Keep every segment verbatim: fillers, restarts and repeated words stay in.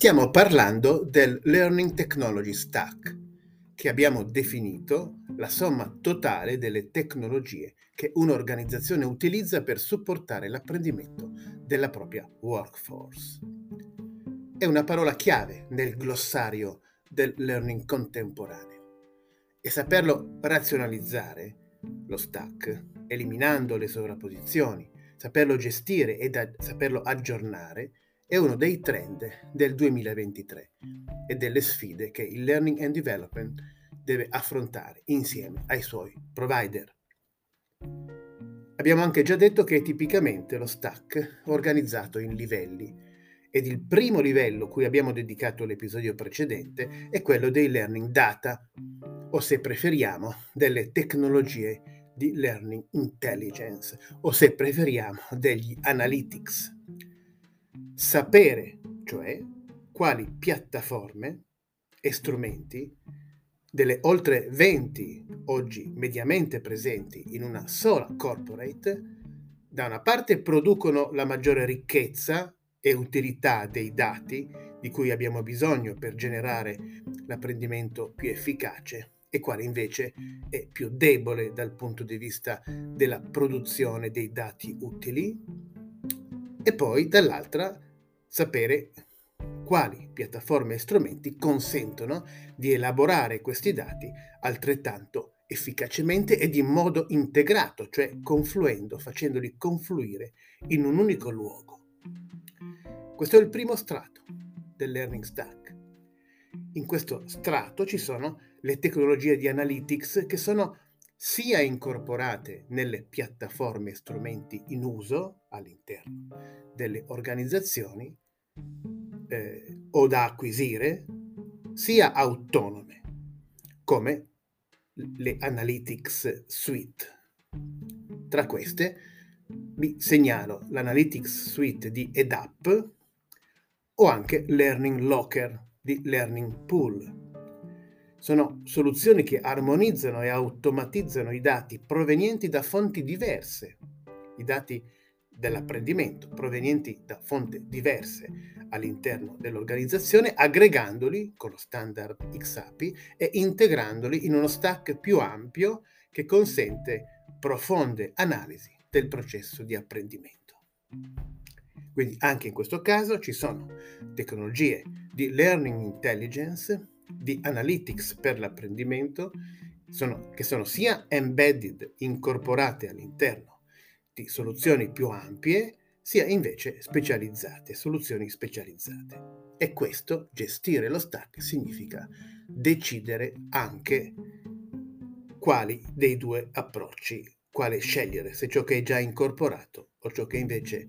Stiamo parlando del Learning Technology Stack, che abbiamo definito la somma totale delle tecnologie che un'organizzazione utilizza per supportare l'apprendimento della propria workforce. È una parola chiave nel glossario del learning contemporaneo e saperlo razionalizzare, lo stack, eliminando le sovrapposizioni, saperlo gestire e da- saperlo aggiornare, è uno dei trend del duemilaventitré e delle sfide che il Learning and Development deve affrontare insieme ai suoi provider. Abbiamo anche già detto che è tipicamente lo stack organizzato in livelli ed il primo livello cui abbiamo dedicato l'episodio precedente è quello dei learning data, o se preferiamo delle tecnologie di learning intelligence, o se preferiamo degli analytics. Sapere, cioè, quali piattaforme e strumenti delle oltre venti oggi mediamente presenti in una sola corporate, da una parte producono la maggiore ricchezza e utilità dei dati di cui abbiamo bisogno per generare l'apprendimento più efficace e quale invece è più debole dal punto di vista della produzione dei dati utili, e poi dall'altra sapere quali piattaforme e strumenti consentono di elaborare questi dati altrettanto efficacemente ed in modo integrato, cioè confluendo, facendoli confluire in un unico luogo. Questo è il primo strato del Learning Stack. In questo strato ci sono le tecnologie di analytics che sono sia incorporate nelle piattaforme e strumenti in uso all'interno delle organizzazioni eh, o da acquisire, sia autonome, come le Analytics Suite. Tra queste vi segnalo l'Analytics Suite di EDAP o anche Learning Locker di Learning Pool. Sono soluzioni che armonizzano e automatizzano i dati provenienti da fonti diverse, i dati dell'apprendimento provenienti da fonti diverse all'interno dell'organizzazione, aggregandoli con lo standard X A P I e integrandoli in uno stack più ampio che consente profonde analisi del processo di apprendimento. Quindi anche in questo caso ci sono tecnologie di learning intelligence, di analytics per l'apprendimento, sono, che sono sia embedded, incorporate all'interno di soluzioni più ampie, sia invece specializzate, soluzioni specializzate. E questo, gestire lo stack, significa decidere anche quali dei due approcci, quale scegliere, se ciò che è già incorporato o ciò che invece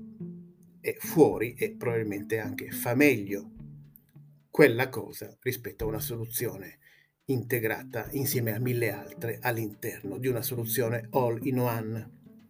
è fuori e probabilmente anche fa meglio quella cosa rispetto a una soluzione integrata insieme a mille altre all'interno di una soluzione all in one.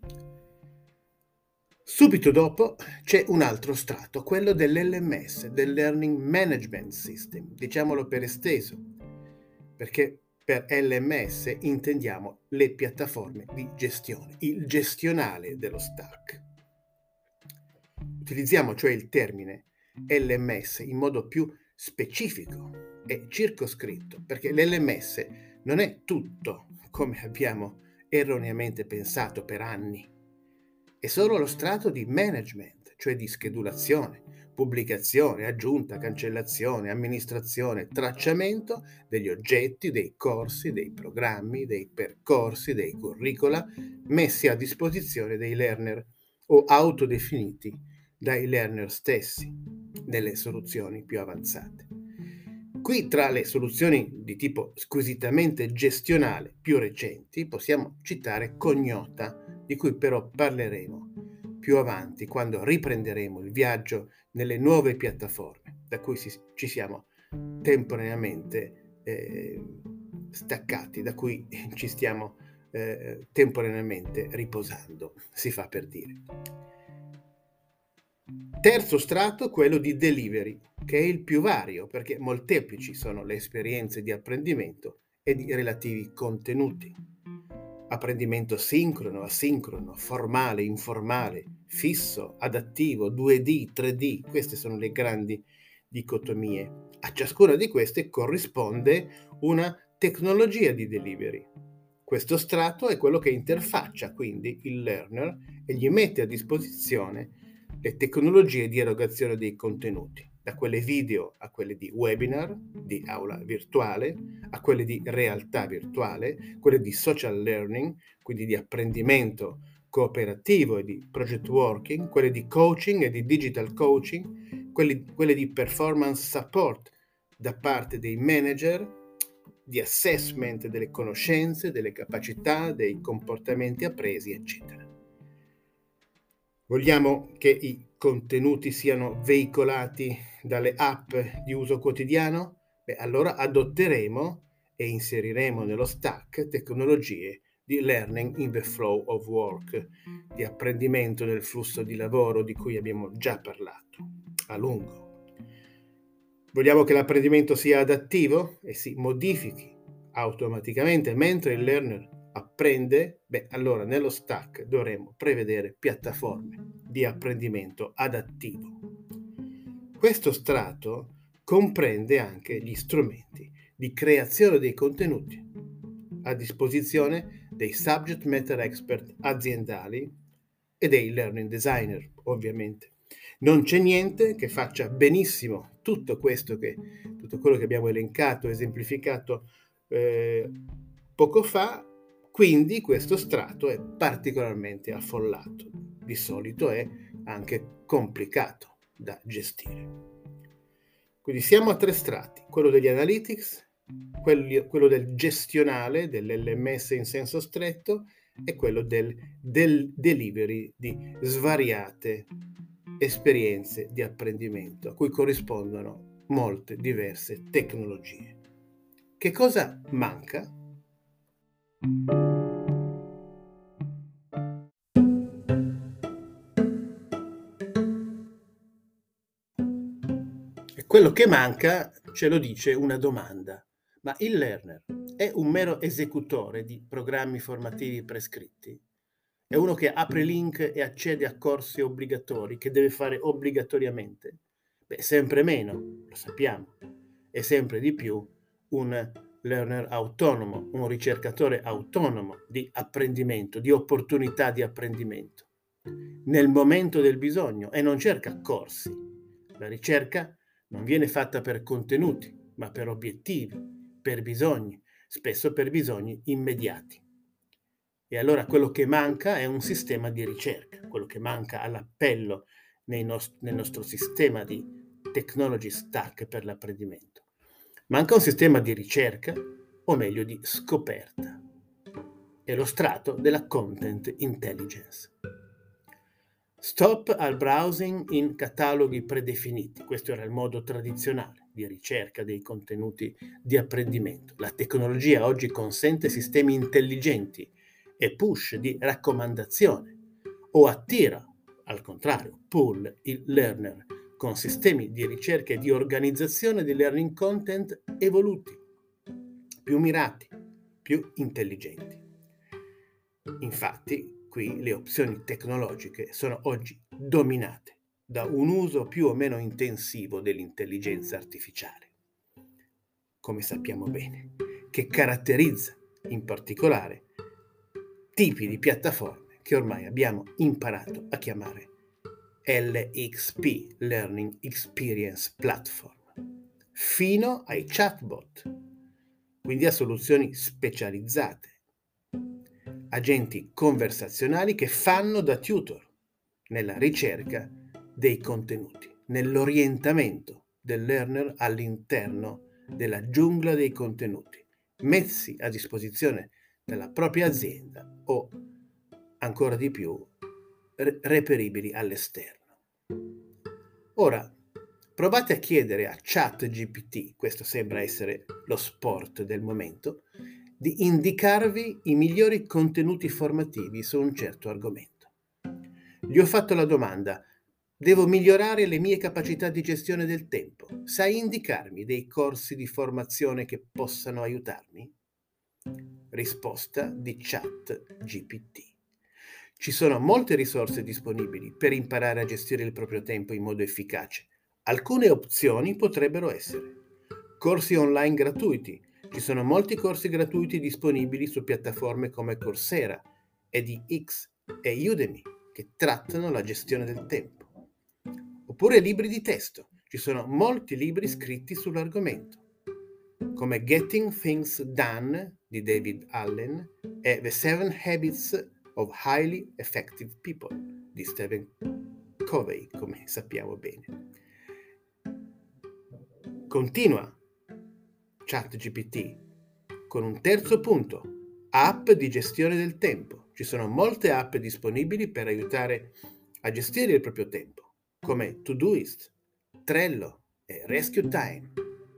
Subito dopo c'è un altro strato, quello dell'L M S, del Learning Management System, diciamolo per esteso, perché per L M S intendiamo le piattaforme di gestione, il gestionale dello stack. Utilizziamo cioè il termine L M S in modo più specifico e circoscritto, perché l'L M S non è tutto come abbiamo erroneamente pensato per anni. È solo lo strato di management, cioè di schedulazione, pubblicazione, aggiunta, cancellazione, amministrazione, tracciamento degli oggetti, dei corsi, dei programmi, dei percorsi, dei curricula messi a disposizione dei learner o autodefiniti dai learner stessi nelle soluzioni più avanzate. Qui, tra le soluzioni di tipo squisitamente gestionale più recenti, possiamo citare Cognota, di cui però parleremo più avanti quando riprenderemo il viaggio nelle nuove piattaforme da cui si, ci siamo temporaneamente eh, staccati, da cui ci stiamo eh, temporaneamente riposando, si fa per dire. Terzo strato, quello di delivery, che è il più vario perché molteplici sono le esperienze di apprendimento e di relativi contenuti. Apprendimento sincrono, asincrono, formale, informale, fisso, adattivo, due D, tre D, queste sono le grandi dicotomie. A ciascuna di queste corrisponde una tecnologia di delivery. Questo strato è quello che interfaccia quindi il learner e gli mette a disposizione le tecnologie di erogazione dei contenuti, da quelle video a quelle di webinar, di aula virtuale, a quelle di realtà virtuale, quelle di social learning, quindi di apprendimento cooperativo e di project working, quelle di coaching e di digital coaching, quelle, quelle di performance support da parte dei manager, di assessment delle conoscenze, delle capacità, dei comportamenti appresi, eccetera. Vogliamo che i contenuti siano veicolati dalle app di uso quotidiano? Beh, allora adotteremo e inseriremo nello stack tecnologie di learning in the flow of work, di apprendimento nel flusso di lavoro di cui abbiamo già parlato a lungo. Vogliamo che l'apprendimento sia adattivo e si modifichi automaticamente mentre il learner apprende? Beh, allora nello stack dovremo prevedere piattaforme di apprendimento adattivo. Questo strato comprende anche gli strumenti di creazione dei contenuti a disposizione dei subject matter expert aziendali e dei learning designer, ovviamente. Non c'è niente che faccia benissimo tutto questo che, tutto quello che abbiamo elencato, esemplificato eh, poco fa, quindi questo strato è particolarmente affollato. Di solito è anche complicato da gestire. Quindi siamo a tre strati, quello degli analytics, quello, quello del gestionale, dell'L M S in senso stretto, e quello del, del delivery di svariate esperienze di apprendimento a cui corrispondono molte diverse tecnologie. Che cosa manca? E quello che manca ce lo dice una domanda. Ma il learner è un mero esecutore di programmi formativi prescritti? È uno che apre link e accede a corsi obbligatori che deve fare obbligatoriamente? Beh, sempre meno, lo sappiamo, e sempre di più un learner autonomo, un ricercatore autonomo di apprendimento, di opportunità di apprendimento, nel momento del bisogno, e non cerca corsi. La ricerca non viene fatta per contenuti, ma per obiettivi, per bisogni, spesso per bisogni immediati. E allora quello che manca è un sistema di ricerca, quello che manca all'appello nei nost- nel nostro sistema di technology stack per l'apprendimento. Manca un sistema di ricerca, o meglio di scoperta. È lo strato della content intelligence. Stop al browsing in cataloghi predefiniti. Questo era il modo tradizionale di ricerca dei contenuti di apprendimento. La tecnologia oggi consente sistemi intelligenti e push di raccomandazione, o attira, al contrario, pull il learner con sistemi di ricerca e di organizzazione di learning content evoluti, più mirati, più intelligenti. Infatti, qui le opzioni tecnologiche sono oggi dominate da un uso più o meno intensivo dell'intelligenza artificiale, come sappiamo bene, che caratterizza in particolare tipi di piattaforme che ormai abbiamo imparato a chiamare L X P, Learning Experience Platform, fino ai chatbot, quindi a soluzioni specializzate, agenti conversazionali che fanno da tutor nella ricerca dei contenuti, nell'orientamento del learner all'interno della giungla dei contenuti, messi a disposizione dalla propria azienda o, ancora di più, re- reperibili all'esterno. Ora, provate a chiedere a ChatGPT, questo sembra essere lo sport del momento, di indicarvi i migliori contenuti formativi su un certo argomento. Gli ho fatto la domanda: devo migliorare le mie capacità di gestione del tempo. Sai indicarmi dei corsi di formazione che possano aiutarmi? Risposta di ChatGPT. Ci sono molte risorse disponibili per imparare a gestire il proprio tempo in modo efficace, Alcune opzioni potrebbero essere corsi online gratuiti. Ci sono molti corsi gratuiti disponibili su piattaforme come Coursera, edX e Udemy che trattano la gestione del tempo. Oppure libri di testo. Ci sono molti libri scritti sull'argomento, come Getting Things Done di David Allen e The Seven Habits of Highly Effective People di Stephen Covey, come sappiamo bene. Continua ChatGPT con un terzo punto, app di gestione del tempo. Ci sono molte app disponibili per aiutare a gestire il proprio tempo, come Todoist, Trello e Rescue Time.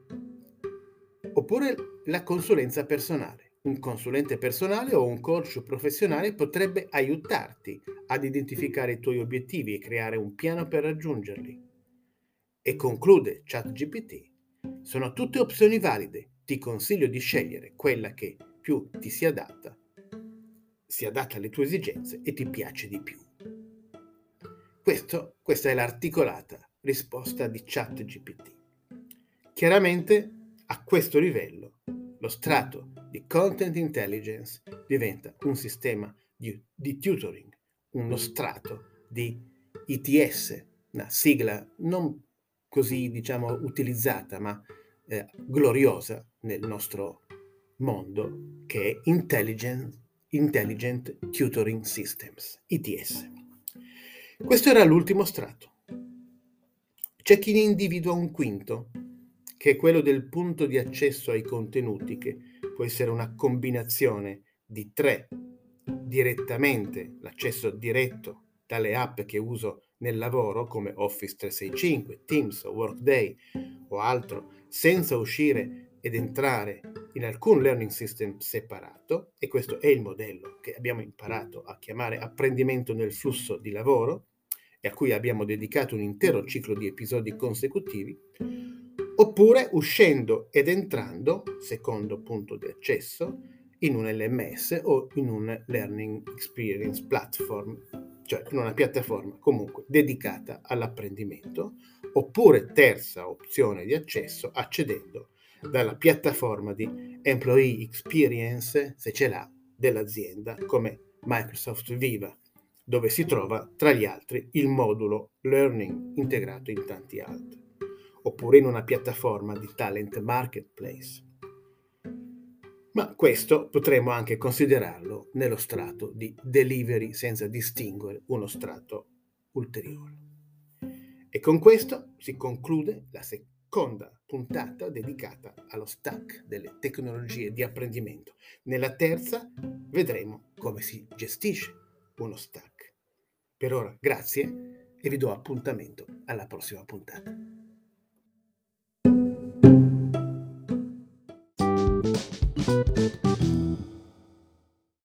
Oppure la consulenza personale. Un consulente personale o un coach professionale potrebbe aiutarti ad identificare i tuoi obiettivi e creare un piano per raggiungerli. E conclude ChatGPT. Sono tutte opzioni valide. Ti consiglio di scegliere quella che più ti si adatta, si adatta alle tue esigenze e ti piace di più. Questo, questa è l'articolata risposta di ChatGPT. Chiaramente, a questo livello, lo strato di Content Intelligence diventa un sistema di, di tutoring, uno strato di I T S, una sigla non così, diciamo, utilizzata, ma eh, gloriosa nel nostro mondo, che è Intelligent, Intelligent Tutoring Systems, I T S. Questo era l'ultimo strato. C'è chi ne individua un quinto, che è quello del punto di accesso ai contenuti, che può essere una combinazione di tre: direttamente, l'accesso diretto dalle app che uso nel lavoro come Office trecentosessantacinque, Teams o Workday o altro, senza uscire ed entrare in alcun learning system separato, e questo è il modello che abbiamo imparato a chiamare apprendimento nel flusso di lavoro e a cui abbiamo dedicato un intero ciclo di episodi consecutivi. Oppure uscendo ed entrando, secondo punto di accesso, in un L M S o in un Learning Experience Platform, cioè in una piattaforma comunque dedicata all'apprendimento. Oppure terza opzione di accesso, accedendo dalla piattaforma di Employee Experience, se ce l'ha, dell'azienda, come Microsoft Viva, dove si trova tra gli altri il modulo Learning integrato in tanti altri. Oppure in una piattaforma di talent marketplace. Ma questo potremmo anche considerarlo nello strato di delivery, senza distinguere uno strato ulteriore. E con questo si conclude la seconda puntata dedicata allo stack delle tecnologie di apprendimento. Nella terza vedremo come si gestisce uno stack. Per ora grazie e vi do appuntamento alla prossima puntata.